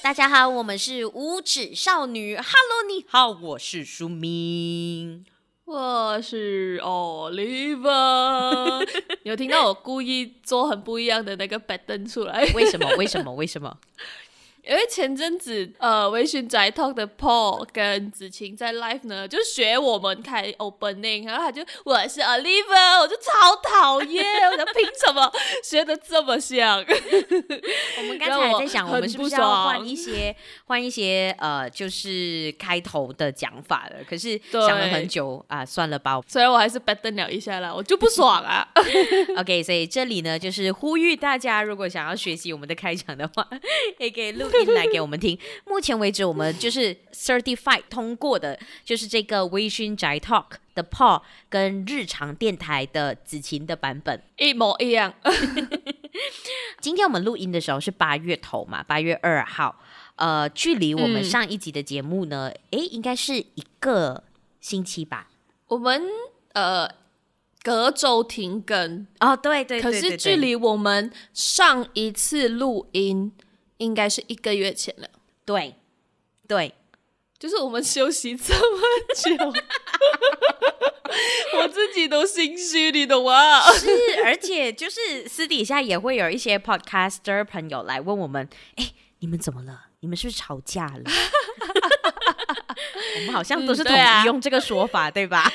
大家好，我们是无指少女。Hello， 你好，我是舒明， 我是 Oliver。你有听到我故意做很不一样的那个 pattern 出来？ 为什么？为什么？为什么？ 因为前阵子微醺宅 talk 的 Paul 跟子晴在 live 呢，就学我们开 opening， 然后他就我是 Oliver， 我就超讨厌，我想凭什么学得这么像？ 我们刚才还在想，我们是不是要换一些就是开头的讲法了？可是想了很久啊，算了吧。 所以我还是 pattern 了一下啦，我就不爽啊。 OK， 所以这里呢，就是呼吁大家，如果想要学习我们的开场的话，也可以录音来给我们听。目前为止，我们就是 certified 通过的，就是这个微醺宅 talk 的 Paul 跟日常电台的子晴的版本一模一样。 今天我们录音的时候是8月头嘛，8月2号，距离我们上一集的节目呢，应该是1个星期吧。 我们隔周停更哦，对，可是距离我们上一次录音应该是1个月前了。 对， 就是我们休息这么久，我自己都心虚，你懂吗？ 是，而且就是私底下也会有一些 podcaster 朋友来问我们，你们怎么了？你们是不是吵架了？我们好像都是统一用这个说法，对吧？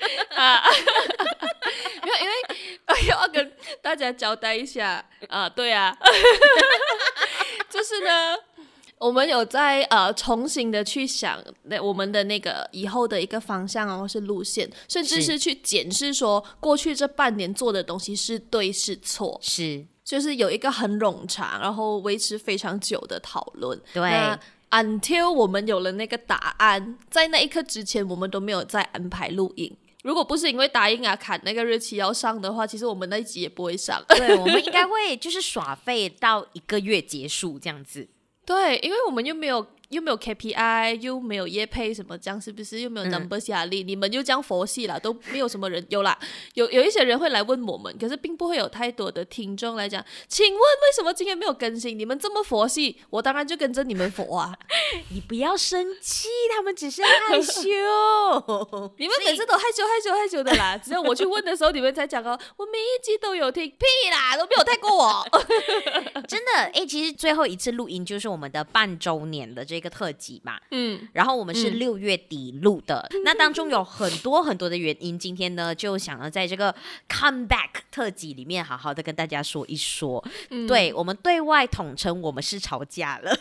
因为要跟大家交代一下对啊，就是呢，我们有在重新的去想我们的那个以后的一个方向或是路线，甚至是去检视说过去这半年做的东西是对是错， 是， 就是有一个很冗长然后维持非常久的讨论。 对。 until 我们有了那个答案，在那一刻之前我们都没有再安排录音。如果不是因为答应砍那个日期要上的话，其实我们那一集也不会上。 对，我们应该会就是耍废到1个月结束这样子。 对，因为我们又没有 KPI， 又没有业配什么，这样是不是又没有 numbers 压力？你们就这样佛系啦，都没有什么人有啦，有一些人会来问我们，可是并不会有太多的听众来讲，请问为什么今天没有更新？你们这么佛系，我当然就跟着你们佛啊！ 你不要生气，他们只是害羞。 你们每次都害羞的啦，只有我去问的时候，你们才讲哦，我每一集都有听，屁啦，都没有听过我。 真的，其实最后一次录音就是我们的半周年的这个特辑嘛，然后我们是6月底录的，那当中有很多的原因，今天呢就想要在这个 comeback 特辑里面好好的跟大家说一说。对，我们对外统称我们是吵架了。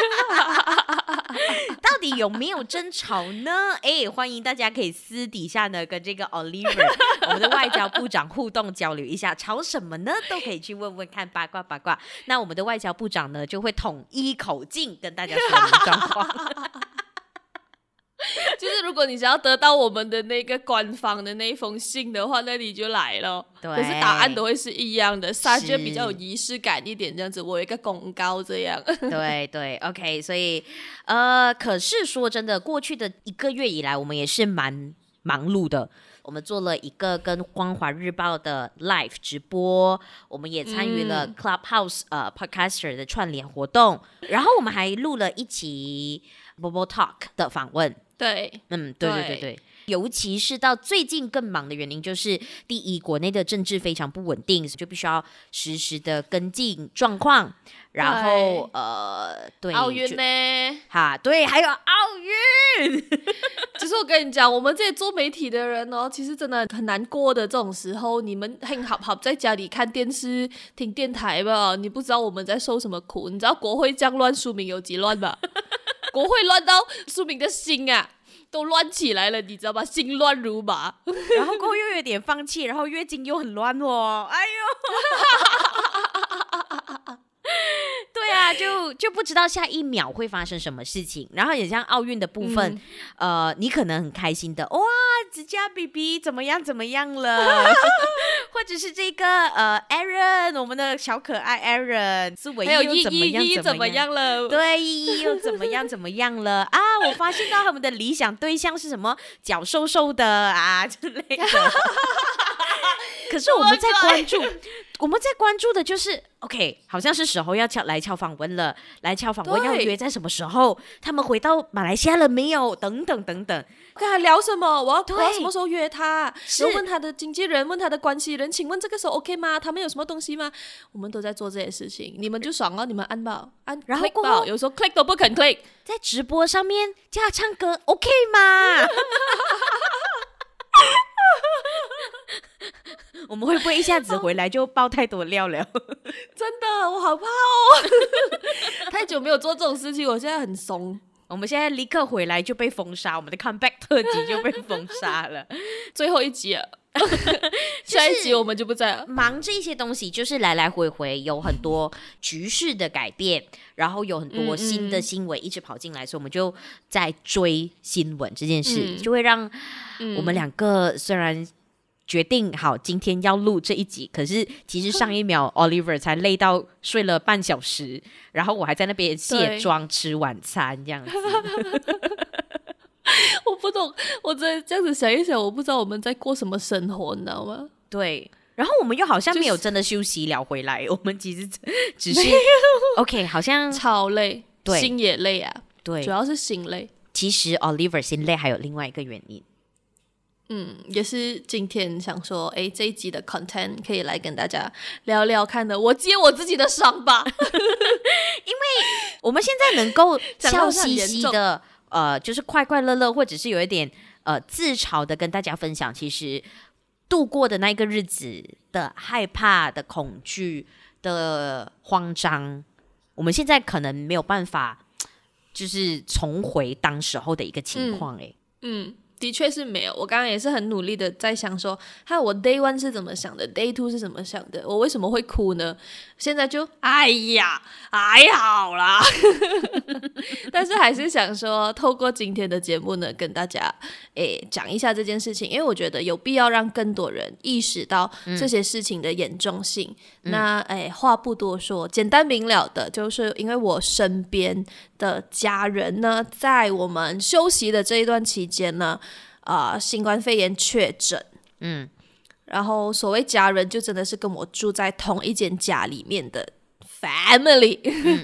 到底有没有争吵呢？欢迎大家可以私底下呢跟这个 Oliver 我们的外交部长互动交流一下，吵什么呢？都可以去问问看，八卦。那我们的外交部长呢就会统一口径跟大家说明状况。 就是如果你想要得到我们的那个官方的那一封信的话，那你就来了。 对， 可是答案都会是一样的，撒就比较有仪式感一点，这样子。我有一个公告这样。 对 ，OK， 所以可是说真的，过去的1个月以来，我们也是蛮忙碌的。我们做了一个跟光华日报的 live 直播，我们也参与了 Clubhouse podcaster 的串联活动，然后我们还录了一期 Bobo Talk 的访问。 对， 对，尤其是到最近更忙的原因就是第一，国内的政治非常不稳定，就必须要实时的跟进状况，然后对， 奥运呢， 对，还有奥运。 其实我跟你讲，我们这些做媒体的人哦，其实真的很难过的。这种时候，你们很好在家里看电视、听电台吧，你不知道我们在受什么苦。你知道国会这样乱，书名有几乱吧？国会乱到书名的心都乱起来了，你知道吧？心乱如麻。 然后过后又有点放弃，然后月经又很乱哦，哎呦。对啊，就不知道下一秒会发生什么事情。然后也像奥运的部分，你可能很开心的，哇，子佳 BB 怎么样了，或者是这个Aaron， 我们的小可爱 Aaron， 是唯一又怎么样了？对，依依又怎么样了啊？我发现到他们的理想对象是什么，脚瘦瘦的啊之类的。 可是我们在关注的就是 OK， 好像是时候要来敲访问了，来敲访问要约在什么时候？他们回到马来西亚了没有？等等等等。 跟他聊什么？我要什么时候约他？然后问他的经纪人，问他的关系人，请问这个时候 OK 吗？他们有什么东西吗？我们都在做这些事情，你们就爽了，你们按吧，按， 然后 click 吧，有时候 click 都不肯 click， 在直播上面叫他唱歌 OK 吗？我们会不会一下子回来就爆太多料了？ 真的，我好怕哦！太久没有做这种事情，我现在很怂。 我们现在立刻回来就被封杀，我们的 comeback 特辑就被封杀了， 最后一集了。下一集我们就不在了。 忙这些东西就是来来回回有很多局势的改变，然后有很多新的新闻一直跑进来，所以我们就在追新闻这件事，就会让我们两个虽然决定好今天要录这一集，可是其实上一秒 Oliver 才累到睡了半小时，然后我还在那边卸妆吃晚餐这样子。 我不懂，我真的这样子想一想，我不知道我们在过什么生活，你知道吗？ 对，然后我们又好像没有真的休息了回来，我们其实只是 OK， 好像超累， 对， 心也累啊， 对， 主要是心累。 其实 Oliver 心累还有另外一个原因。 也是今天想说，这一集的 content 可以来跟大家聊聊看的，我接我自己的伤吧。 因为我们现在能够笑嘻嘻的，就是快快乐乐，或者是有一点自嘲的跟大家分享，其实度过的那个日子的害怕的恐惧的慌张，我们现在可能没有办法，就是重回当时候的一个情况。 的确是没有，我刚刚也是很努力的在想说，我 day one 是怎么想的， day two 是怎么想的，我为什么会哭呢？现在就哎呀还好啦。但是还是想说透过今天的节目呢，跟大家讲一下这件事情，因为我觉得有必要让更多人意识到这些事情的严重性。那话不多说，简单明了的就是因为我身边的家人呢，在我们休息的这一段期间呢，新冠肺炎确诊，然后所谓家人就真的是跟我住在同一间家里面的 family，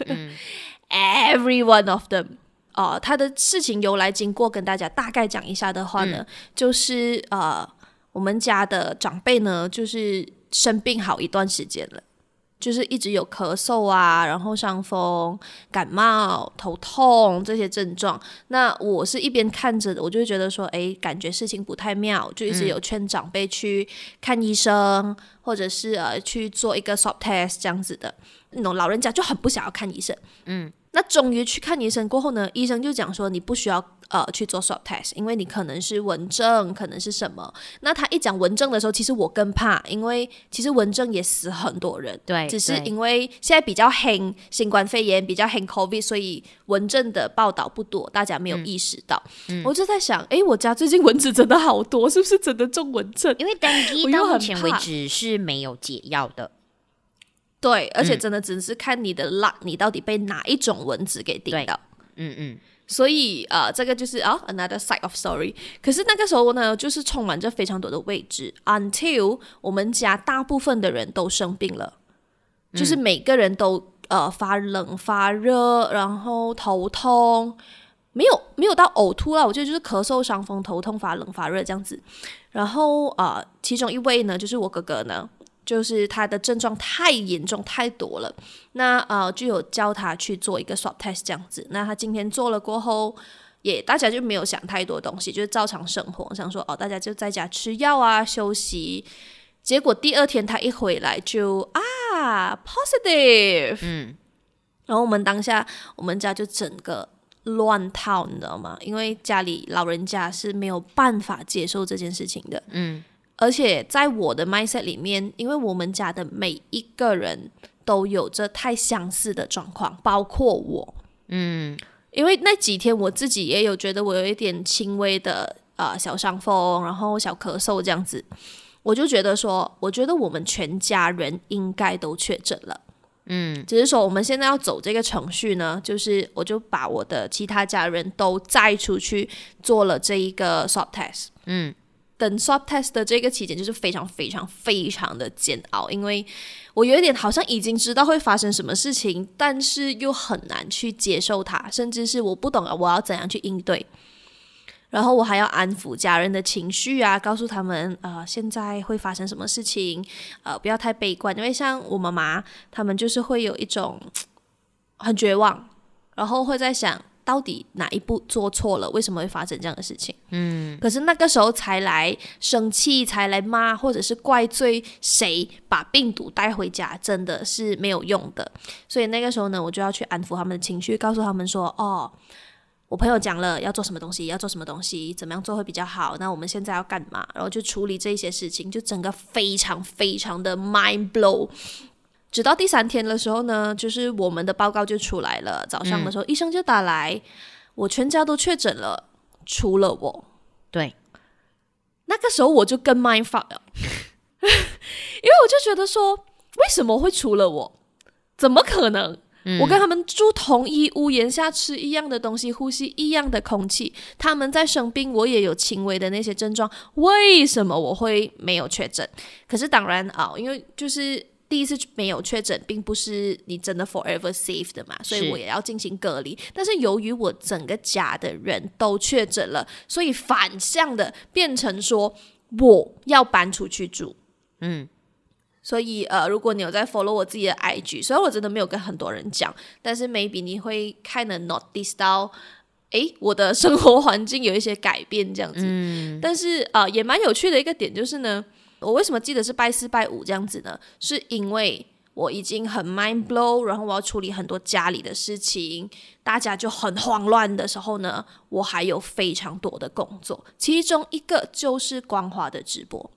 every one of them。他的事情由来经过跟大家大概讲一下的话呢，就是我们家的长辈呢，就是生病好一段时间了。就是一直有咳嗽啊，然后伤风、感冒、头痛这些症状。那我是一边看着的，我就会觉得说，感觉事情不太妙，就一直有劝长辈去看医生，或者是去做一个 swab test 这样子的。那种老人家就很不想要看医生。那终于去看医生过后呢，医生就讲说你不需要去做 swab test， 因为你可能是蚊症，可能是什么。那他一讲蚊症的时候，其实我更怕，因为其实蚊症也死很多人， 对， 只是因为现在比较黑新冠肺炎，比较黑 COVID， 所以蚊症的报道不多，大家没有意识到。我就在想，我家最近蚊子真的好多，是不是真的中蚊症？ 因为 dengue 到目前为止是没有解药的。 对，而且真的只是看你的 luck，你到底被哪一种蚊子给叮到。所以这个就是another side of story。可是那个时候呢，就是充满着非常多的未知 ，until 我们家大部分的人都生病了，就是每个人都发冷发热，然后头痛，没有到呕吐啦，我觉得就是咳嗽、伤风、头痛、发冷发热这样子。然后其中一位呢，就是我哥哥呢。就是他的症状太严重太多了，那就有叫他去做一个 swab test 这样子。那他今天做了过后，也大家就没有想太多东西，就是照常生活，想说大家就在家吃药啊休息。结果第二天他一回来就positive，然后我们当下我们家就整个乱套，你知道吗？因为家里老人家是没有办法接受这件事情的，而且在我的 mindset 里面，因为我们家的每一个人都有着太相似的状况，包括我。因为那几天我自己也有觉得我有一点轻微的小伤风，然后小咳嗽这样子，我就觉得说，我觉得我们全家人应该都确诊了。只是说我们现在要走这个程序呢，就是我就把我的其他家人都载出去做了这一个 swab test。 等 swab test 的这个期间就是非常非常非常的煎熬，因为我有一点好像已经知道会发生什么事情，但是又很难去接受它，甚至是我不懂我要怎样去应对。然后我还要安抚家人的情绪啊，告诉他们现在会发生什么事情，不要太悲观，因为像我妈妈他们就是会有一种很绝望，然后会在想到底哪一步做错了，为什么会发生这样的事情。可是那个时候才来生气，才来骂，或者是怪罪谁把病毒带回家，真的是没有用的。所以那个时候呢，我就要去安抚他们的情绪，告诉他们说我朋友讲了要做什么东西，要做什么东西，怎么样做会比较好，那我们现在要干嘛，然后就处理这些事情，就整个非常非常的 mind blow。直到第3天的时候呢，就是我们的报告就出来了，早上的时候医生就打来，我全家都确诊了，除了我。 对， 那个时候我就更 mind fuck 了因为我就觉得说为什么会除了我，怎么可能，我跟他们住同一屋檐下，吃一样的东西，呼吸一样的空气，他们在生病，我也有轻微的那些症状，为什么我会没有确诊？可是当然因为就是第一次没有确诊并不是你真的 forever safe 的嘛，所以我也要进行隔离。但是由于我整个家的人都确诊了，所以反向的变成说我要搬出去住。所以如果你有在 follow 我自己的 IG， 虽然我真的没有跟很多人讲，但是 maybe 你会kind of notice 到我的生活环境有一些改变这样子。但是也蛮有趣的一个点就是呢，我为什么记得是拜4拜5这样子呢？是因为我已经很 mind blow， 然后我要处理很多家里的事情，大家就很慌乱的时候呢，我还有非常多的工作，其中一个就是光华的直播。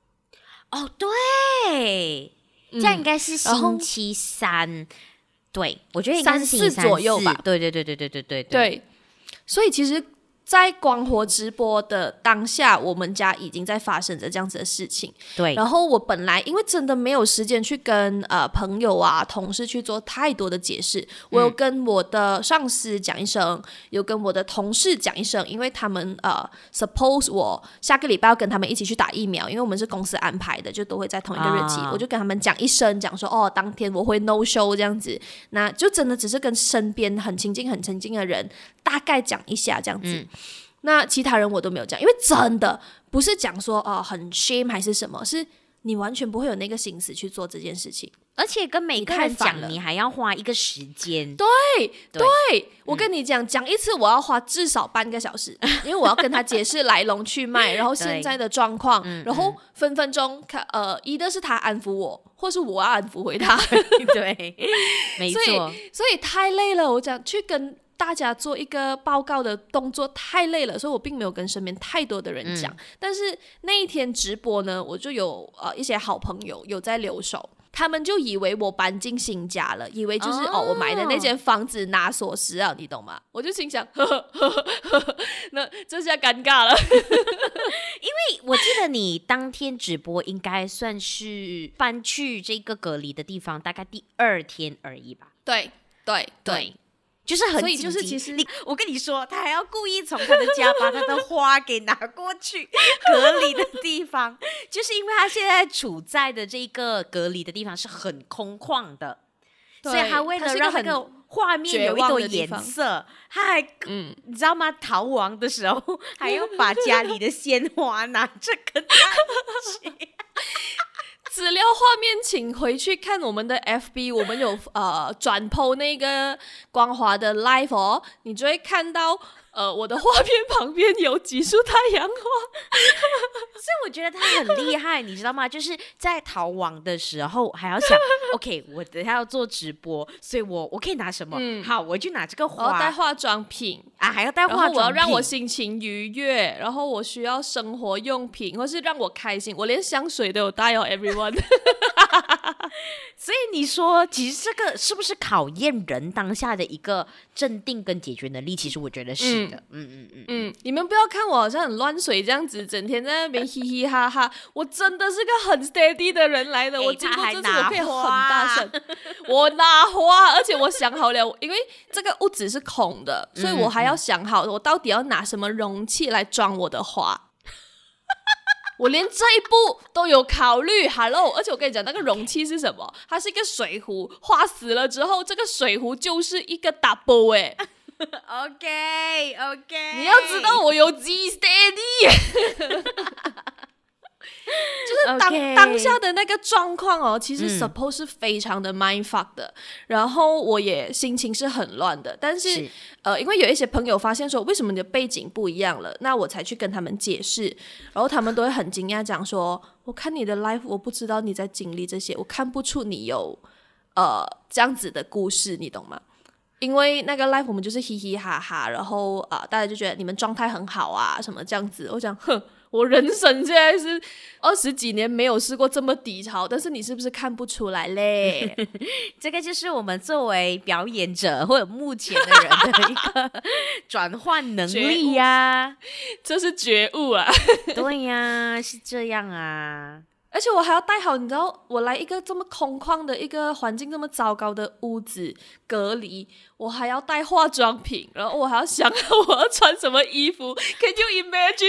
对，这样应该是星期3，对，我觉得应该是星期3、 4左右吧。 对， 所以其实在光活直播的当下，我们家已经在发生着这样子的事情。 对， 然后我本来因为真的没有时间去跟朋友啊、同事去做太多的解释，我有跟我的上司讲一声，有跟我的同事讲一声，因为他们suppose 我下个礼拜要跟他们一起去打疫苗，因为我们是公司安排的，就都会在同一个日期，我就跟他们讲一声，讲说当天我会 no show 这样子，那就真的只是跟身边很亲近的人大概讲一下这样子。那其他人我都没有讲，因为真的不是讲说很 shame 还是什么，是你完全不会有那个心思去做这件事情， 而且跟每个人讲你还要花一个时间。 对，我跟你讲一次我要花至少半个小时，因为我要跟他解释来龙去脉，然后现在的状况，然后分分钟一的是他安抚我，或是我要安抚回他对，没错， 所以太累了，我讲去跟大家做一个报告的动作太累了，所以我并没有跟身边太多的人讲。但是那一天直播呢，我就有一些好朋友有在留守，他们就以为我搬进新家了，以为就是我买的那间房子拿锁匙啊，你懂吗？我就心想那这下尴尬了因为我记得你当天直播应该算是搬去这个隔离的地方大概第2天而已吧。 对， 就是很紧急， 所以就是其实我跟你说，他还要故意从他的家把他的花给拿过去隔离的地方，就是因为他现在处在的这个隔离的地方是很空旷的，所以他为了让那个画面有一朵颜色，他还你知道吗？逃亡的时候还要把家里的鲜花拿着跟他一起资料画面请回去看我们的 FB， 我们有转 po 那个光华的 live 你就会看到我的画面旁边有几束太阳花所以我觉得他很厉害你知道吗？就是在逃亡的时候还要想OK 我等一下要做直播，所以我可以拿什么好，我就拿这个花， 我要带化妆品还要带化妆品， 然后我要让我心情愉悦，然后我需要生活用品或是让我开心，我连香水都有带everyone 所以你说其实这个是不是考验人当下的一个镇定跟解决能力？其实我觉得是的。 你们不要看我好像很乱水这样子，整天在那边嘻嘻哈哈，我真的是个很 steady 的人来的。我经过这次我可以很大声我拿花，而且我想好了，因为这个屋子是空的，所以我还要想好我到底要拿什么容器来装我的花我连这一步都有考虑 ，Hello！ 而且我跟你讲，那个容器是什么？它是一个水壶，画死了之后，这个水壶就是一个 double 哎。 OK， 你要知道我有几 steady。就是当下的那个状况哦，其实 suppose 是非常的 mindfuck 的，然后我也心情是很乱的，但是因为有一些朋友发现说为什么你的背景不一样了，那我才去跟他们解释，然后他们都会很惊讶讲说，我看你的 life 我不知道你在经历这些，我看不出你有这样子的故事，你懂吗？因为那个 live 我们就是嘻嘻哈哈，然后大家就觉得你们状态很好啊什么这样子，我讲我人生现在是20几年没有试过这么低潮，但是你是不是看不出来嘞？ 这个就是我们作为表演者或者幕前的人的一个转换能力呀、 这是觉悟啊。 对呀、是这样啊。 而且我还要带好，你知道，我来一个这么空旷的一个环境，这么糟糕的屋子隔离，我还要带化妆品，然后我还要想我要穿什么衣服。Can you imagine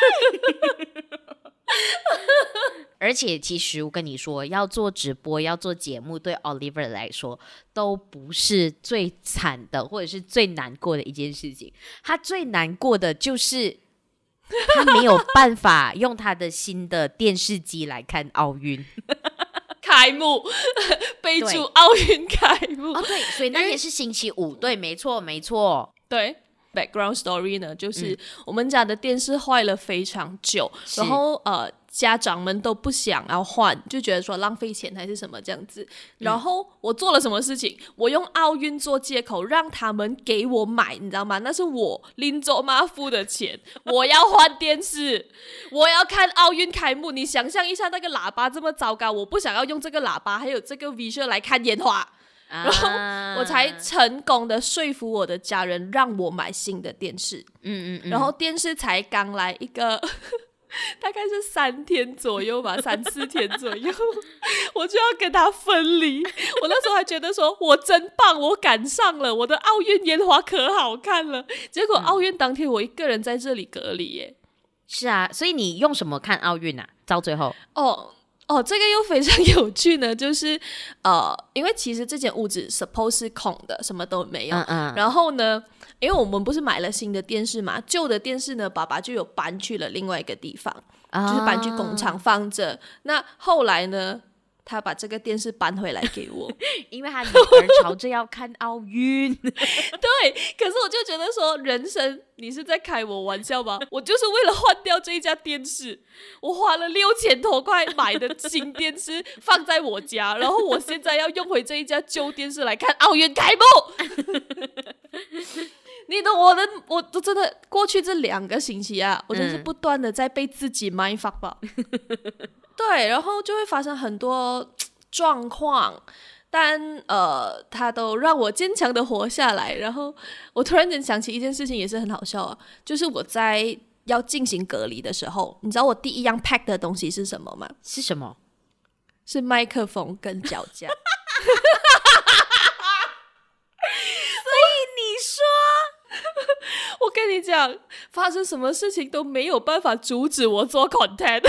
that？ 而且其实我跟你说，要做直播要做节目，对 Oliver 来说都不是最惨的或者是最难过的一件事情，他最难过的就是他没有办法用他的新的电视机来看奥运开幕，备注奥运开幕。 哦，对，所以那天是星期五，对，没错，没错， 对。background story 呢，就是我们家的电视坏了非常久，然后家长们都不想要换，就觉得说浪费钱还是什么这样子。然后我做了什么事情？我用奥运做借口，让他们给我买，你知道吗？那是我拎走妈付的钱，我要换电视，我要看奥运开幕。你想象一下，那个喇叭这么糟糕，我不想要用这个喇叭，还有这个 visual 来看烟花。然后我才成功的说服我的家人让我买新的电视。然后电视才刚来一个大概是3天左右吧，3、4天左右我就要跟他分离。我那时候还觉得说我真棒，我赶上了，我的奥运烟花可好看了。结果奥运当天我一个人在这里隔离耶。 是啊，所以你用什么看奥运啊？到最后这个又非常有趣呢，就是因为其实这间屋子 suppose 是空的，什么都没有。然后呢，因为我们不是买了新的电视嘛，旧的电视呢，爸爸就有搬去了另外一个地方，就是搬去工厂放着。那后来呢，他把这个电视搬回来给我， 因为他女儿朝着要看奥运。 对，可是我就觉得说，人生你是在开我玩笑吗？我就是为了换掉这一家电视，我花了6000多块买的新电视放在我家，然后我现在要用回这一家旧电视来看奥运开幕。你懂我真的过去这2个星期啊，我真是不断的在被自己 mindfuck 吧。对，然后就会发生很多状况，但他都让我坚强的活下来。然后我突然间想起一件事情，也是很好笑啊，就是我在要进行隔离的时候，你知道我第一样 pack 的东西是什么吗？ 是什么？ 是麦克风跟脚架。 所以你说， 我跟你讲，发生什么事情都没有办法阻止我做 content。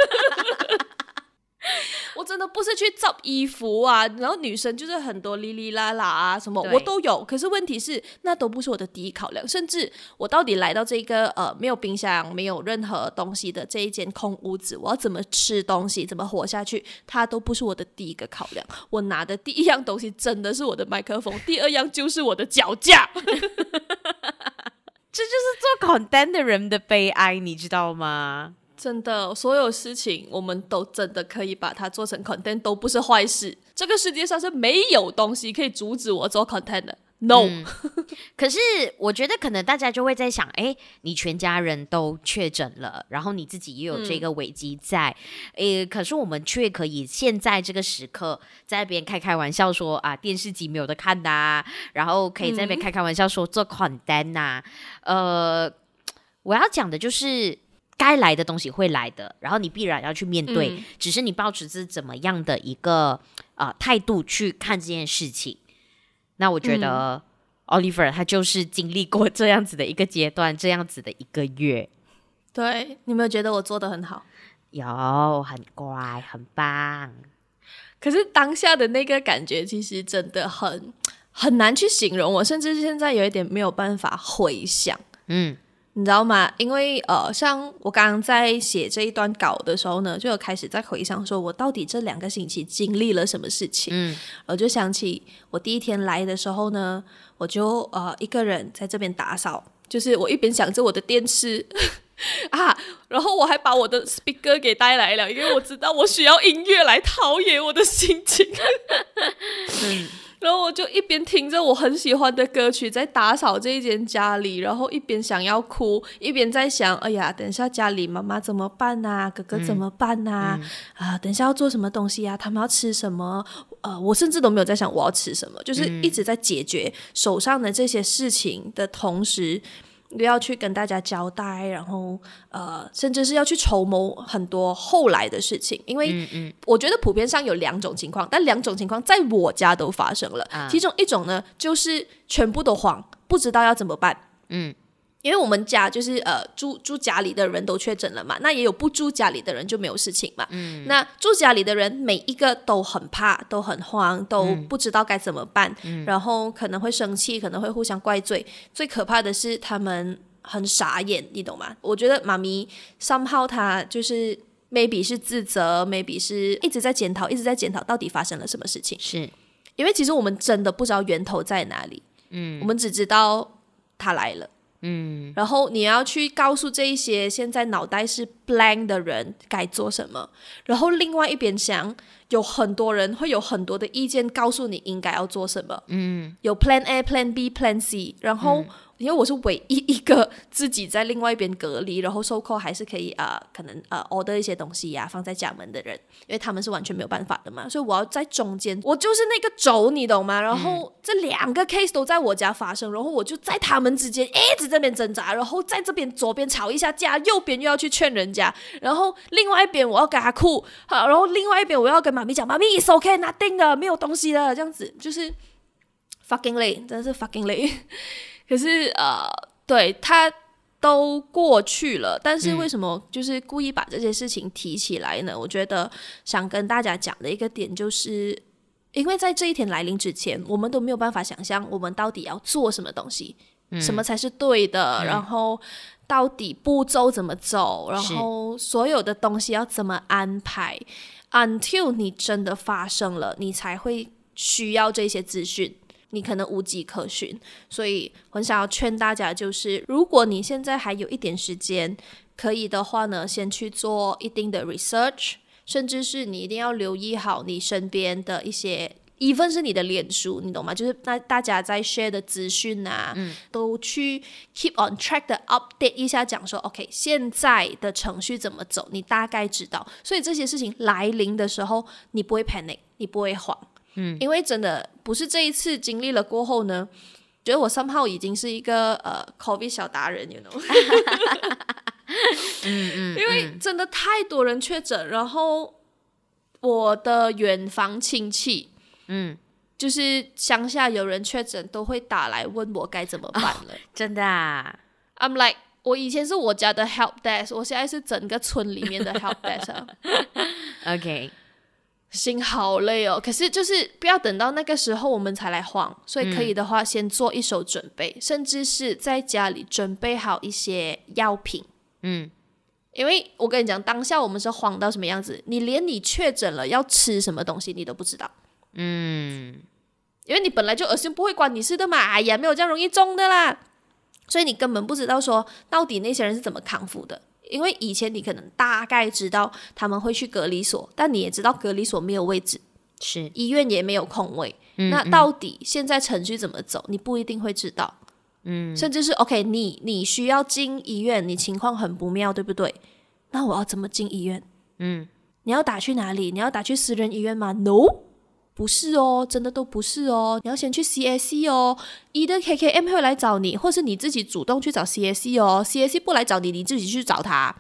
我真的不是去找衣服啊，然后女生就是很多哩哩啦啦啊什么我都有，可是问题是那都不是我的第一考量，甚至我到底来到这个没有冰箱没有任何东西的这一间空屋子，我要怎么吃东西怎么活下去，它都不是我的第一个考量。我拿的第一样东西真的是我的麦克风，第二样就是我的脚架。 这就是做 content 的人的悲哀，你知道吗？ 真的，所有事情我们都真的可以把它做成 content， 都不是坏事。这个世界上是没有东西可以阻止我做 content 的。No， 可是我觉得可能大家就会在想，你全家人都确诊了，然后你自己也有这个危机在，可是我们却可以现在这个时刻在那边开玩笑说啊，电视机没有得看呐，然后可以在那边开玩笑说做 content 呐，我要讲的就是该来的东西会来的，然后你必然要去面对，只是你抱持是怎么样的一个态度去看这件事情。那我觉得 Oliver 他就是经历过这样子的一个阶段，这样子的一个月。 对，你有没有觉得我做得很好？ 有，很乖，很棒。 可是当下的那个感觉其实真的很难去形容，我甚至现在有一点没有办法回想。你知道吗？因为像我刚刚在写这一段稿的时候呢，就有开始在回想说我到底这2个星期经历了什么事情。我就想起我第一天来的时候呢，我就一个人在这边打扫，就是我一边想着我的电视啊，然后我还把我的 speaker 给带来了，因为我知道我需要音乐来陶冶我的心情。然后我就一边听着我很喜欢的歌曲在打扫这一间家里，然后一边想要哭，一边在想，哎呀，等一下家里妈妈怎么办啊，哥哥怎么办啊，等一下要做什么东西啊，他们要吃什么，我甚至都没有在想我要吃什么，就是一直在解决手上的这些事情的同时，又要去跟大家交代，然后甚至是要去筹谋很多后来的事情，因为我觉得普遍上有2种情况，但2种情况在我家都发生了。其中一种呢，就是全部都慌，不知道要怎么办。因为我们家就是住家里的人都确诊了嘛，那也有不住家里的人就没有事情嘛。那住家里的人每一个都很怕，都很慌，都不知道该怎么办，然后可能会生气，可能会互相怪罪。最可怕的是他们很傻眼，你懂吗？我觉得妈咪 somehow 她就是 maybe 是自责， maybe 是一直在检讨到底发生了什么事情。 是因为其实我们真的不知道源头在哪里，我们只知道他来了。然后你要去告诉这一些现在脑袋是 blank 的人该做什么，然后另外一边想有很多人会有很多的意见告诉你应该要做什么。有 plan A plan B plan C， 然后因为我是唯一一个自己在另外一边隔离，然后收扣还是可以可能order 一些东西放在家门的人，因为他们是完全没有办法的嘛，所以我要在中间，我就是那个轴，你懂吗？然后这2个 case 都在我家发生，然后我就在他们之间一直这边挣扎，然后在这边左边吵一下架，右边又要去劝人家，然后另外一边我要跟他哭，然后另外一边我要跟妈咪讲，妈咪 it's okay nothing 的，没有东西的，这样子就是 fucking 累，真的是 fucking 累。可是对，他都过去了，但是为什么就是故意把这些事情提起来呢？我觉得想跟大家讲的一个点就是，因为在这一天来临之前，我们都没有办法想象我们到底要做什么东西，什么才是对的，然后到底步骤怎么走，然后所有的东西要怎么安排 until 你真的发生了，你才会需要这些资讯，你可能无迹可寻。所以很想要劝大家，就是如果你现在还有一点时间可以的话呢，先去做一定的 research， 甚至是你一定要留意好你身边的一些even 是你的脸书，你懂吗？就是大家在 share 的资讯都去 keep on track 的 update 一下，讲说 OK 现在的程序怎么走，你大概知道，所以这些事情来临的时候你不会 panic， 你不会慌。因为真的不是这一次经历了过后呢，觉得我 somehow 已经是一个COVID 小达人 you know 因为真的太多人确诊，然后我的远房亲戚就是乡下有人确诊都会打来问我该怎么办了。 真的啊。 I'm like 我以前是我家的 help desk， 我现在是整个村里面的 help desk OK， 心好累哦。可是就是不要等到那个时候我们才来慌，所以可以的话先做一手准备，甚至是在家里准备好一些药品。因为我跟你讲，当下我们是慌到什么样子，你连你确诊了要吃什么东西你都不知道。因为你本来就assume不会关你事的嘛，哎呀没有这样容易中的啦，所以你根本不知道说到底那些人是怎么康复的。因为以前你可能大概知道他们会去隔离所，但你也知道隔离所没有位置， 是医院也没有空位，那到底现在程序怎么走你不一定会知道。甚至是 OK 你需要进医院，你情况很不妙对不对，那我要怎么进医院？你要打去哪里？你要打去私人医院吗？ No， 不是哦，真的都不是哦，你要先去 CSC 哦，either KKM 会来找你，或是你自己主动去找 CSC 哦， CSC 不来找你，你自己去找他。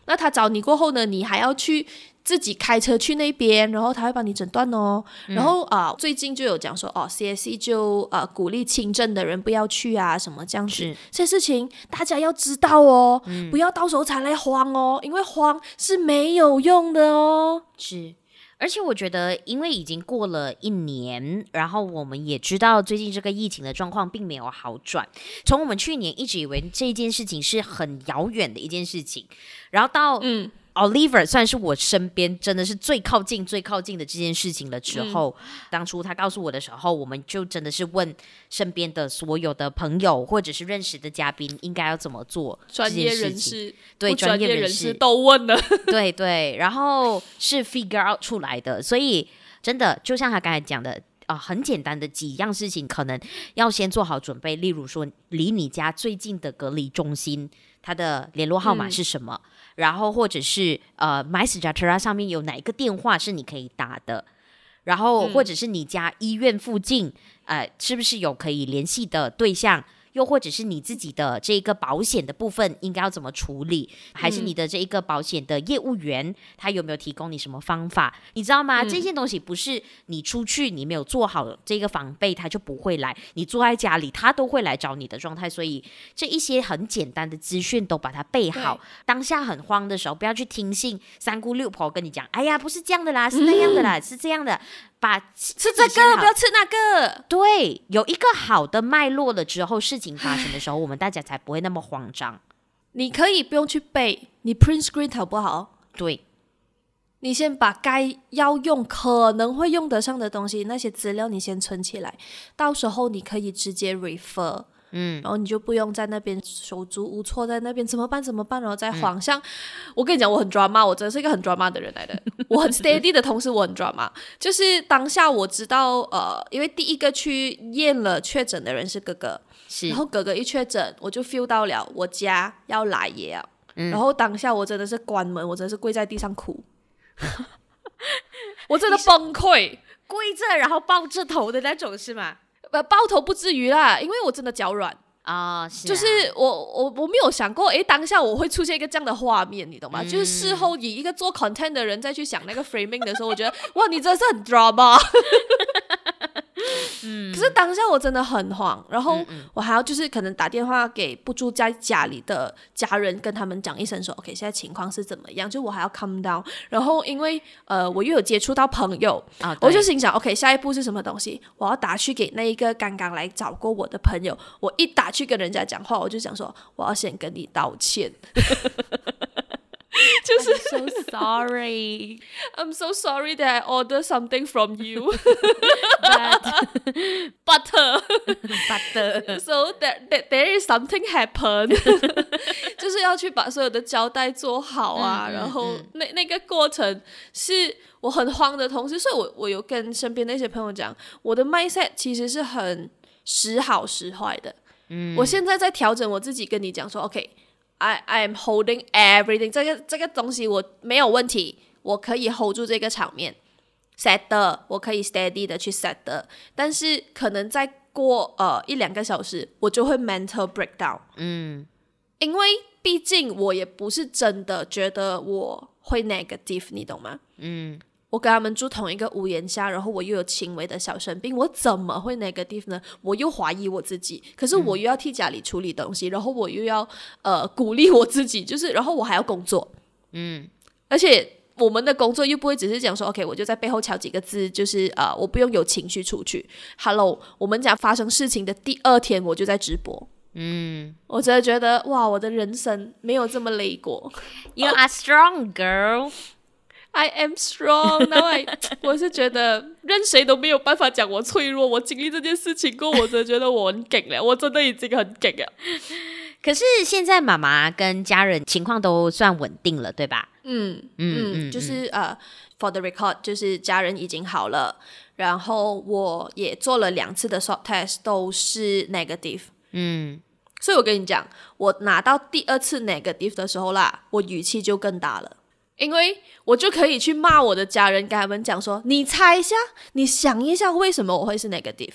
那他找你过后呢，你还要去自己开车去那边，然后他会帮你诊断哦。然后最近就有讲说CSC 就鼓励轻症的人不要去啊，什么这样子，这些事情大家要知道哦，不要到时候才来慌哦，因为慌是没有用的哦。 是。而且我觉得，因为已经过了1年，然后我们也知道最近这个疫情的状况并没有好转。从我们去年一直以为这件事情是很遥远的一件事情，然后到Oliver 算是我身边真的是最靠近的这件事情了之后，当初他告诉我的时候，我们就真的是问身边的所有的朋友或者是认识的嘉宾应该要怎么做这件事情，对，专业人士都问了对对，然后是 figure out 出来的。所以真的就像他刚才讲的很简单的几样事情，可能要先做好准备。例如说，离你家最近的隔离中心，它的联络号码是什么？然后或者是MySejahtera 上面有哪一个电话是你可以打的？然后或者是你家医院附近是不是有可以联系的对象？又或者是你自己的这个保险的部分应该要怎么处理，还是你的这一个保险的业务员他有没有提供你什么方法，你知道吗？这些东西不是你出去你没有做好这个防备他就不会来，你坐在家里他都会来找你的状态。所以这一些很简单的资讯都把它备好，当下很慌的时候不要去听信三姑六婆跟你讲，哎呀不是这样的啦，是那样的啦，是这样的， 吃这个不要吃那个。 对，有一个好的脉络了之后，事情发生的时候我们大家才不会那么慌张。 你可以不用去背，你 print screen 好不好？ 对， 你先把该要用可能会用得上的东西，那些资料你先存起来，到时候你可以直接 refer，然后你就不用在那边手足无措，在那边怎么办，然后再慌。像我跟你讲，我很 drama， 我真的是一个很 drama 的人来的。我很 steady 的同时，我很 drama。就是当下我知道，因为第一个去验了确诊的人是哥哥，然后哥哥一确诊，我就 feel 到了我家要来也要。然后当下我真的是关门，我真的是跪在地上哭，我真的崩溃， 跪着然后抱着头的那种是吗？ 抱头不至于啦，因为我真的脚软就是我没有想过，当下我会出现一个这样的画面，你懂吗？就是事后以一个做 content 的人再去想那个 framing 的时候，我觉得哇，你真的是很 drama。可是当下我真的很慌，然后我还要就是可能打电话给不住在家里的家人，跟他们讲一声说 OK 现在情况是怎么样，就我还要 calm down。然后因为我又有接触到朋友我就心想 OK 下一步是什么东西，我要打去给那一个刚刚来找过我的朋友，我一打去跟人家讲话，我就想说我要先跟你道歉。就是 I'm so sorry. I'm so sorry that I ordered something from you. Butter. So that there is something happened. 就是要去把所有的交代做好啊。然后那个过程是我很慌的同时，所以我有跟身边那些朋友讲，我的 mindset 其实是很时好时坏的。我现在在调整我自己，跟你讲说 OK。I am holding everything， 这个东西我没有问题，我可以 hold 住这个场面 set 的，我可以 steady 的去 set 的，但是可能再过1-2个小时我就会 mental breakdown。因为毕竟我也不是真的觉得我会 negative， 你懂吗？我跟他们住同一个屋檐下，然后我又有轻微的小生病，我怎么会 negative 呢？我又怀疑我自己，可是我又要替家里处理东西，然后我又要鼓励我自己，就是然后我还要工作，而且我们的工作又不会只是讲说 OK 我就在背后敲几个字，就是我不用有情绪出去。Hello， 我们讲发生事情的第2天我就在直播。我真的觉得哇，我的人生没有这么累过。 You are strong, girl.I am strong now 我是觉得任谁都没有办法讲我脆弱，我经历这件事情过，我真的觉得我很劲了，我真的已经很劲了。 可是现在妈妈跟家人情况都算稳定了，对吧？ 就是for the record 就是家人已经好了，然后我也做了2次的 swab test 都是 negative。所以我跟你讲，我拿到第2次 negative 的时候啦，我语气就更大了。因为我就可以去骂我的家人，跟他们讲说，你猜一下，你想一下为什么我会是 negative。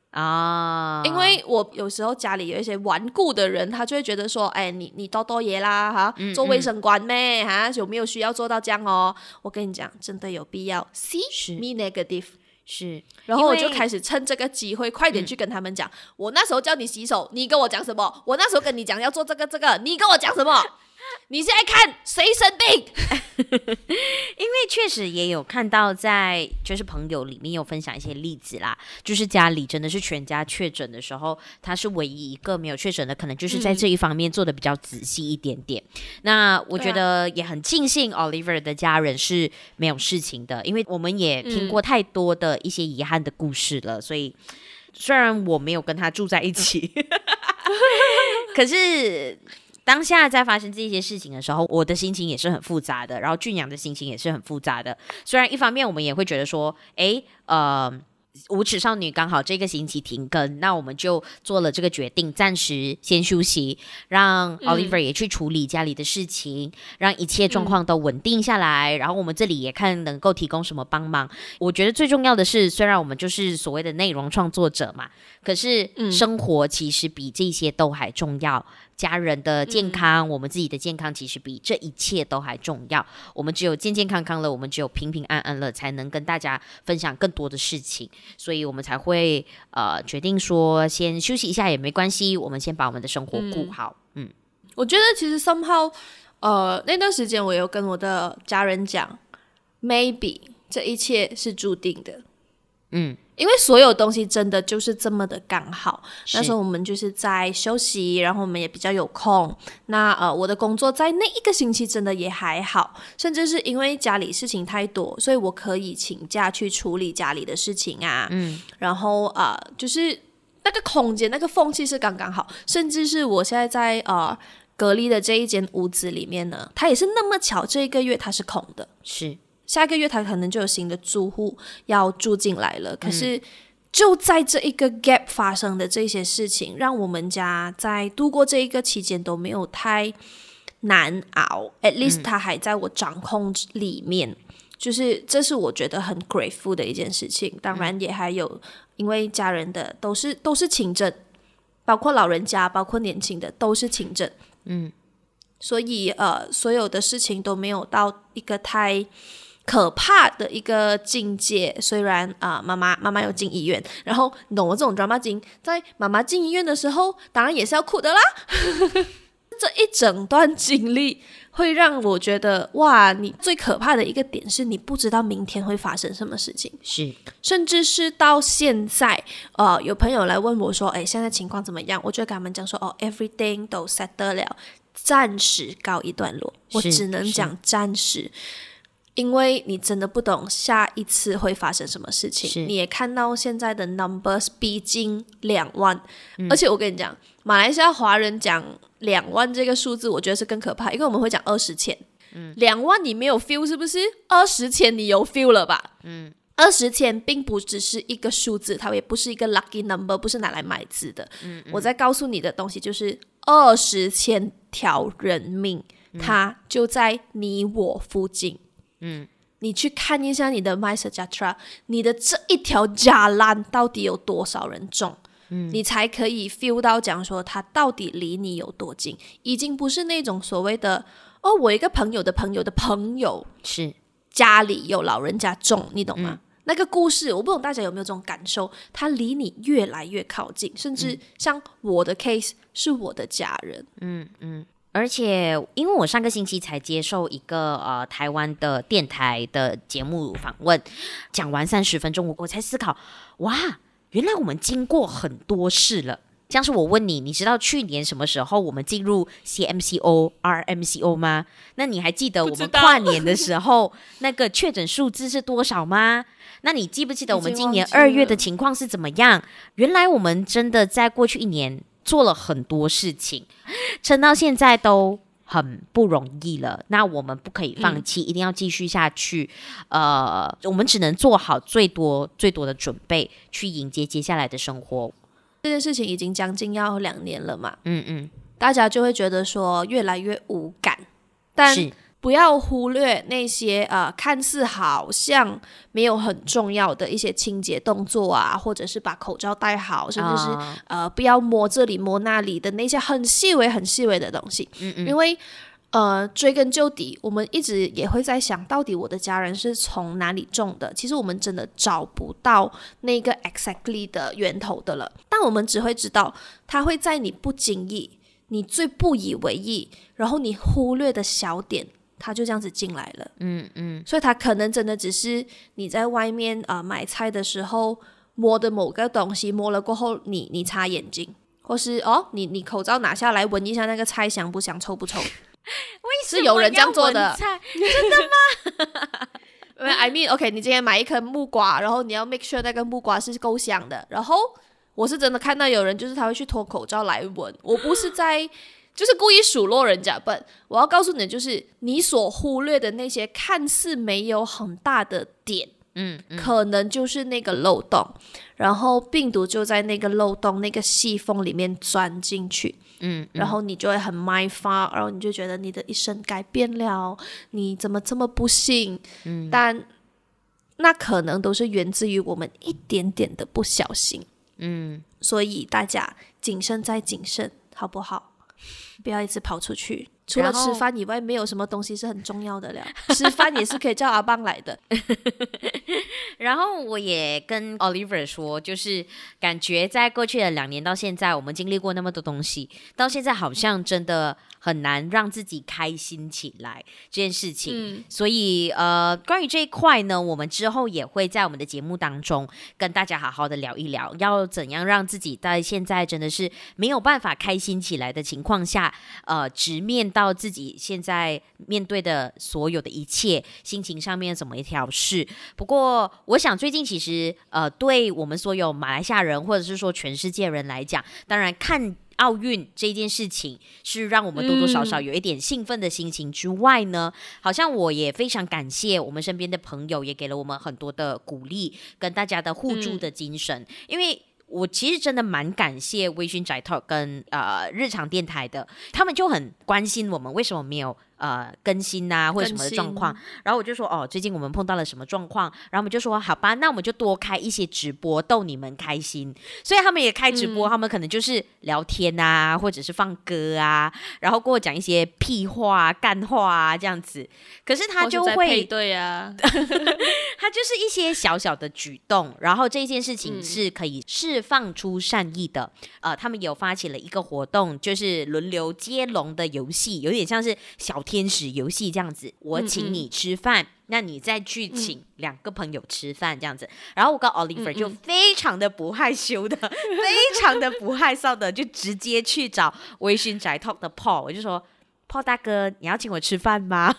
啊， 因为我有时候家里有一些顽固的人，他就会觉得说，哎，你多多爷啦哈，做卫生官咩哈，有没有需要做到这样哦？我跟你讲，真的有必要。See me negative。 是， 然后我就开始趁这个机会快点去跟他们讲，我那时候叫你洗手，你跟我讲什么？我那时候跟你讲要做这个，你跟我讲什么？你现在看谁生病？ 因为确实也有看到在就是朋友里面有分享一些例子啦，就是家里真的是全家确诊的时候，他是唯一一个没有确诊的，可能就是在这一方面做的比较仔细一点点。那我觉得也很庆幸 Oliver 的家人是没有事情的，因为我们也听过太多的一些遗憾的故事了，所以虽然我没有跟他住在一起，可是当下在发生这些事情的时候，我的心情也是很复杂的，然后俊阳的心情也是很复杂的。虽然一方面我们也会觉得说，无耻少女刚好这个星期停更，那我们就做了这个决定，暂时先休息，让 Oliver 也去处理家里的事情，让一切状况都稳定下来，然后我们这里也看能够提供什么帮忙。我觉得最重要的是，虽然我们就是所谓的内容创作者嘛，可是生活其实比这些都还重要。家人的健康，我们自己的健康其实比这一切都还重要。我们只有健健康康了，我们只有平平安安了，才能跟大家分享更多的事情。所以我们才会决定说先休息一下也没关系，我们先把我们的生活顾好。 我觉得其实 somehow 那段时间我有跟我的家人讲 maybe 这一切是注定的。因为所有东西真的就是这么的刚好。那时候我们就是在休息，然后我们也比较有空。那我的工作在那一个星期真的也还好，甚至是因为家里事情太多，所以我可以请假去处理家里的事情啊。然后就是那个空间那个缝隙是刚刚好，甚至是我现在在隔离的这一间屋子里面呢，它也是那么巧，这一个月它是空的。 是。 下个月他可能就有新的住户要住进来了，可是就在这一个 gap 发生的这些事情，让我们家在度过这一个期间都没有太难熬。at least 他还在我掌控里面，就是这是我觉得很 grateful 的一件事情。当然也还有因为家人的都是轻症，包括老人家包括年轻的都是轻症。所以所有的事情都没有到一个太可怕的一个境界。虽然妈妈有进医院，然后你懂我这种 drama 精，在妈妈进医院的时候当然也是要哭的啦。这一整段经历会让我觉得哇，你最可怕的一个点是你不知道明天会发生什么事情。 是， 甚至是到现在有朋友来问我说现在情况怎么样，我就跟他们讲说everything 都 settle 了，暂时告一段落。我只能讲暂时，因为你真的不懂下一次会发生什么事情。你也看到现在的 numbers 逼近2万，而且我跟你讲，马来西亚华人讲2万这个数字我觉得是更可怕，因为我们会讲20千。2万你没有 feel 是不是？20千你有 feel 了吧？20千并不只是一个数字，它也不是一个 lucky number， 不是拿来买字的。我在告诉你的东西就是20千条人命，它就在你我附近。你去看一下你的 MySejahtera， 你的这一条jalan到底有多少人中，你才可以 feel 到讲说它到底离你有多近。已经不是那种所谓的我一个朋友的朋友的朋友是家里有老人家中，你懂吗？那个故事我不懂大家有没有这种感受，它离你越来越靠近，甚至像我的 case 是我的家人。 而且因为我上个星期才接受一个台湾的电台的节目访问，讲完30分钟我才思考，哇，原来我们经过很多事了。像是我问你，你知道去年什么时候我们进入 CMCO RMCO 吗？那你还记得我们跨年的时候那个确诊数字是多少吗？那你记不记得我们今年2月的情况是怎么样？原来我们真的在过去1年做了很多事情，撑到现在都很不容易了。那我们不可以放弃，一定要继续下去。我们只能做好最多的准备，去迎接接下来的生活。 这件事情已经将近要2年了嘛，大家就会觉得说越来越无感，但不要忽略那些看似好像没有很重要的一些清洁动作啊，或者是把口罩戴好，甚至是不要摸这里摸那里的那些很细微很细微的东西。因为追根究底，我们一直也会在想，到底我的家人是从哪里种的？其实我们真的找不到那个 exactly 的源头的了，但我们只会知道，它会在你不经意、你最不以为意，然后你忽略的小点，它就这样子进来了。所以它可能真的只是你在外面买菜的时候摸的某个东西，摸了过后你擦眼睛，或是你口罩拿下来闻一下那个菜香不香、臭不臭。是有人这样做的。 真的吗 ？I mean, OK， 你今天买一颗木瓜，然后你要 make sure 那个木瓜是够香的。然后我是真的看到有人就是他会去脱口罩来闻，我不是在就是故意数落人家笨。我要告诉你的就是你所忽略的那些看似没有很大的点，可能就是那个漏洞，然后病毒就在那个漏洞那个细缝里面钻进去。然后你就会很mind fuck，然后你就觉得你的一生改变了，你怎么这么不幸？但那可能都是源自于我们一点点的不小心。所以大家谨慎再谨慎，好不好？不要一直跑出去，除了吃饭以外，没有什么东西是很重要的了。吃饭也是可以叫阿棒来的。 然后我也跟 Oliver 说，就是感觉在过去的2年到现在，我们经历过那么多东西，到现在好像真的很难让自己开心起来这件事情。所以关于这一块呢，我们之后也会在我们的节目当中跟大家好好的聊一聊，要怎样让自己在现在真的是没有办法开心起来的情况下，直面到自己现在面对的所有的一切，心情上面怎么调试。不过我想最近其实对我们所有马来西亚人或者是说全世界人来讲，当然看奥运这件事情是让我们多多少少有一点兴奋的心情之外呢，好像我也非常感谢我们身边的朋友，也给了我们很多的鼓励跟大家的互助的精神。因为我其实真的蛮感谢微醺宅 Talk 跟日常电台的，他们就很关心我们为什么没有更新啊或者什么的状况，然后我就说最近我们碰到了什么状况，然后我们就说好吧，那我们就多开一些直播逗你们开心，所以他们也开直播，他们可能就是聊天啊，或者是放歌啊，然后跟我讲一些屁话干话啊这样子，可是他就会配对啊他就是一些小小的举动，然后这件事情是可以释放出善意的。他们有发起了一个活动，就是轮流接龙的游戏，有点像是小天使游戏这样子，我请你吃饭，那你再去请2个朋友吃饭这样子。然后我跟 Oliver 就非常的不害羞的非常的不害臊的就直接去找微醺宅 Talk 的 Paul， 我就说 Paul 大哥，你要请我吃饭吗？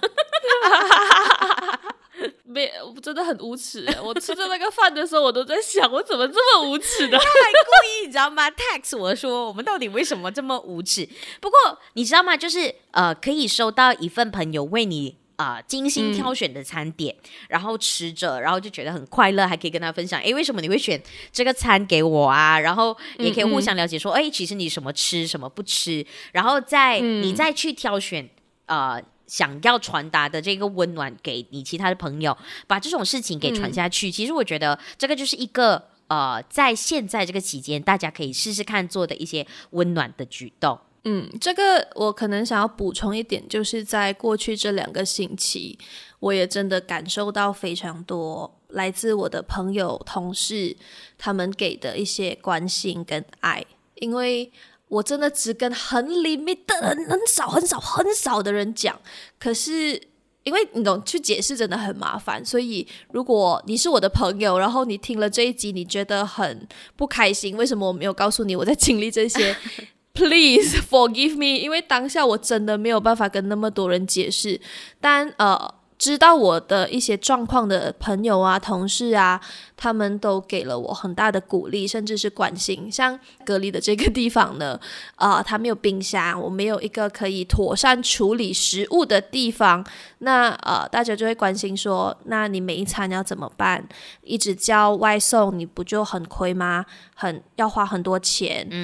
我真的很无耻。我吃着那个饭的时候，我都在想，我怎么这么无耻的？ 他还故意，你知道吗 ？text 我说，我们到底为什么这么无耻？不过你知道吗？就是可以收到一份朋友为你精心挑选的餐点，然后吃着，然后就觉得很快乐，还可以跟他分享，为什么你会选这个餐给我啊？然后也可以互相了解说，其实你什么吃，什么不吃，然后你再去挑选想要传达的这个温暖给你其他的朋友，把这种事情给传下去。其实我觉得这个就是一个在现在这个期间，大家可以试试看做的一些温暖的举动。 这个我可能想要补充一点，就是在过去这2个星期，我也真的感受到非常多来自我的朋友、同事他们给的一些关心跟爱，因为我真的只跟很 limit 的人，很少的人讲，可是因为你懂，去解释真的很麻烦，所以如果你是我的朋友，然后你听了这一集，你觉得很不开心，为什么我没有告诉你我在经历这些？Please forgive me， 因为当下我真的没有办法跟那么多人解释，但知道我的一些状况的朋友啊、同事啊，他们都给了我很大的鼓励，甚至是关心。像隔离的这个地方呢，它没有冰箱，我没有一个可以妥善处理食物的地方，那大家就会关心说，那你每一餐要怎么办？一直叫外送，你不就很亏吗？要花很多钱。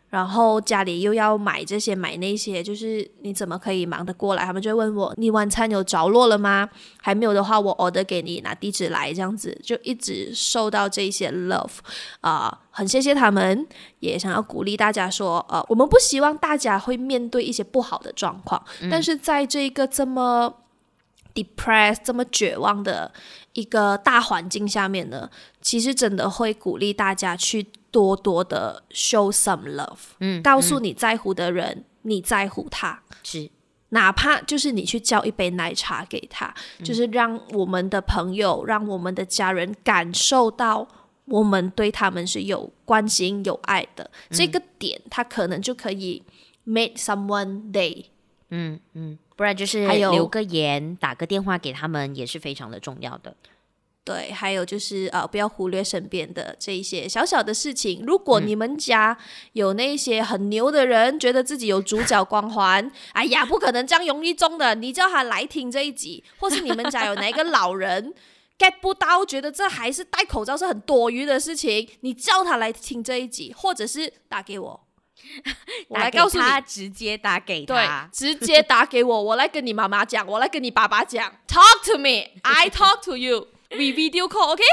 然后家里又要买这些买那些，就是你怎么可以忙得过来？他们就会问我，你晚餐有着落了吗？还没有的话，我 order 给你，拿地址来，这样子就一直受到这些 love， 很谢谢他们，也想要鼓励大家说，我们不希望大家会面对一些不好的状况，但是在这个这么depressed 这么绝望的一个大环境下面呢，其实真的会鼓励大家去多多的 show some love，告诉你在乎的人，你在乎他， 是， 哪怕就是你去叫一杯奶茶给他，就是让我们的朋友，让我们的家人感受到我们对他们是有关心有爱的，这个点他可能就可以 make someone day。 不然就是留个言打个电话给他们也是非常的重要的。 对，还有就是不要忽略身边的这一些小小的事情。如果你们家有那些很牛的人，觉得自己有主角光环，哎呀，不可能这样容易中的，你叫他来听这一集，或是你们家有哪一个老人get 不到，觉得这还是戴口罩是很多余的事情，你叫他来听这一集，或者是打给我。我来告诉你， 直接打给他， 对，直接打给我，我来跟你妈妈讲，我来跟你爸爸讲 ，Talk to me, I talk to you, we video call, OK？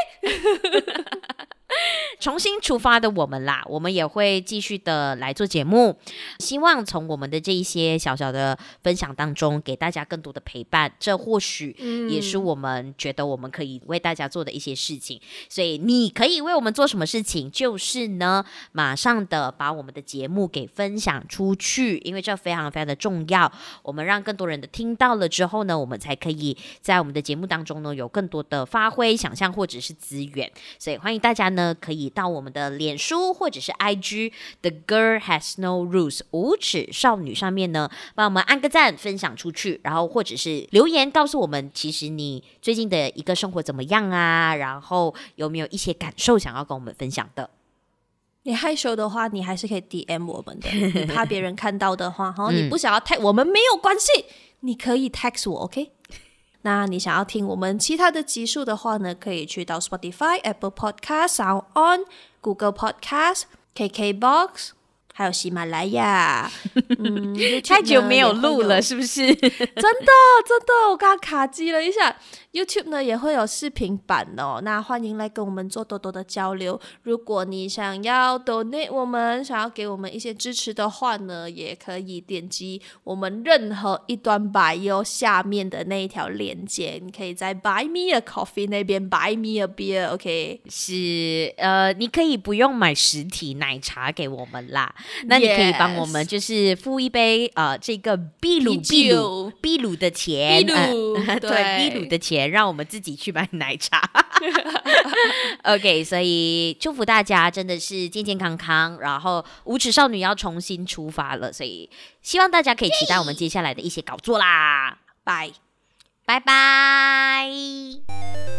重新出发的我们啦，我们也会继续的来做节目，希望从我们的这一些小小的分享当中，给大家更多的陪伴，这或许也是我们觉得我们可以为大家做的一些事情。所以你可以为我们做什么事情，就是呢，马上的把我们的节目给分享出去，因为这非常非常的重要。我们让更多人的听到了之后呢，我们才可以在我们的节目当中呢，有更多的发挥想象或者是资源。所以欢迎大家呢，可以到我们的脸书或者是 IG The Girl Has No Rules 无耻少女上面呢，帮我们按个赞，分享出去，然后或者是留言告诉我们，其实你最近的一个生活怎么样啊？然后有没有一些感受想要跟我们分享的？ 你害羞的话，你还是可以 DM 我们的。你怕别人看到的话，你不想要 tag 我们没有关系，你可以 text 我 ，OK？那你想要听我们其他的集数的话呢，可以去到 Spotify、Apple Podcast、SoundOn、Google Podcast、KKBox， 还有喜马拉雅。 太久没有录了，是不是？ 真的，我刚刚卡机了一下。YouTube 呢也会有视频版哦，那欢迎来跟我们做多多的交流。如果你想要 donate 我们，想要给我们一些支持的话呢，也可以点击我们任何一段 bio 下面的那一条链接，你可以在 Buy Me a Coffee 那边 Buy Me a Beer，OK？ 是，你可以不用买实体奶茶给我们啦，那你可以帮我们就是付一杯这个秘鲁的钱，对，秘鲁的钱。让我们自己去买奶茶OK， 所以祝福大家真的是健健康康，然后无耻少女要重新出发了，所以希望大家可以期待我们接下来的一些搞作啦。拜拜。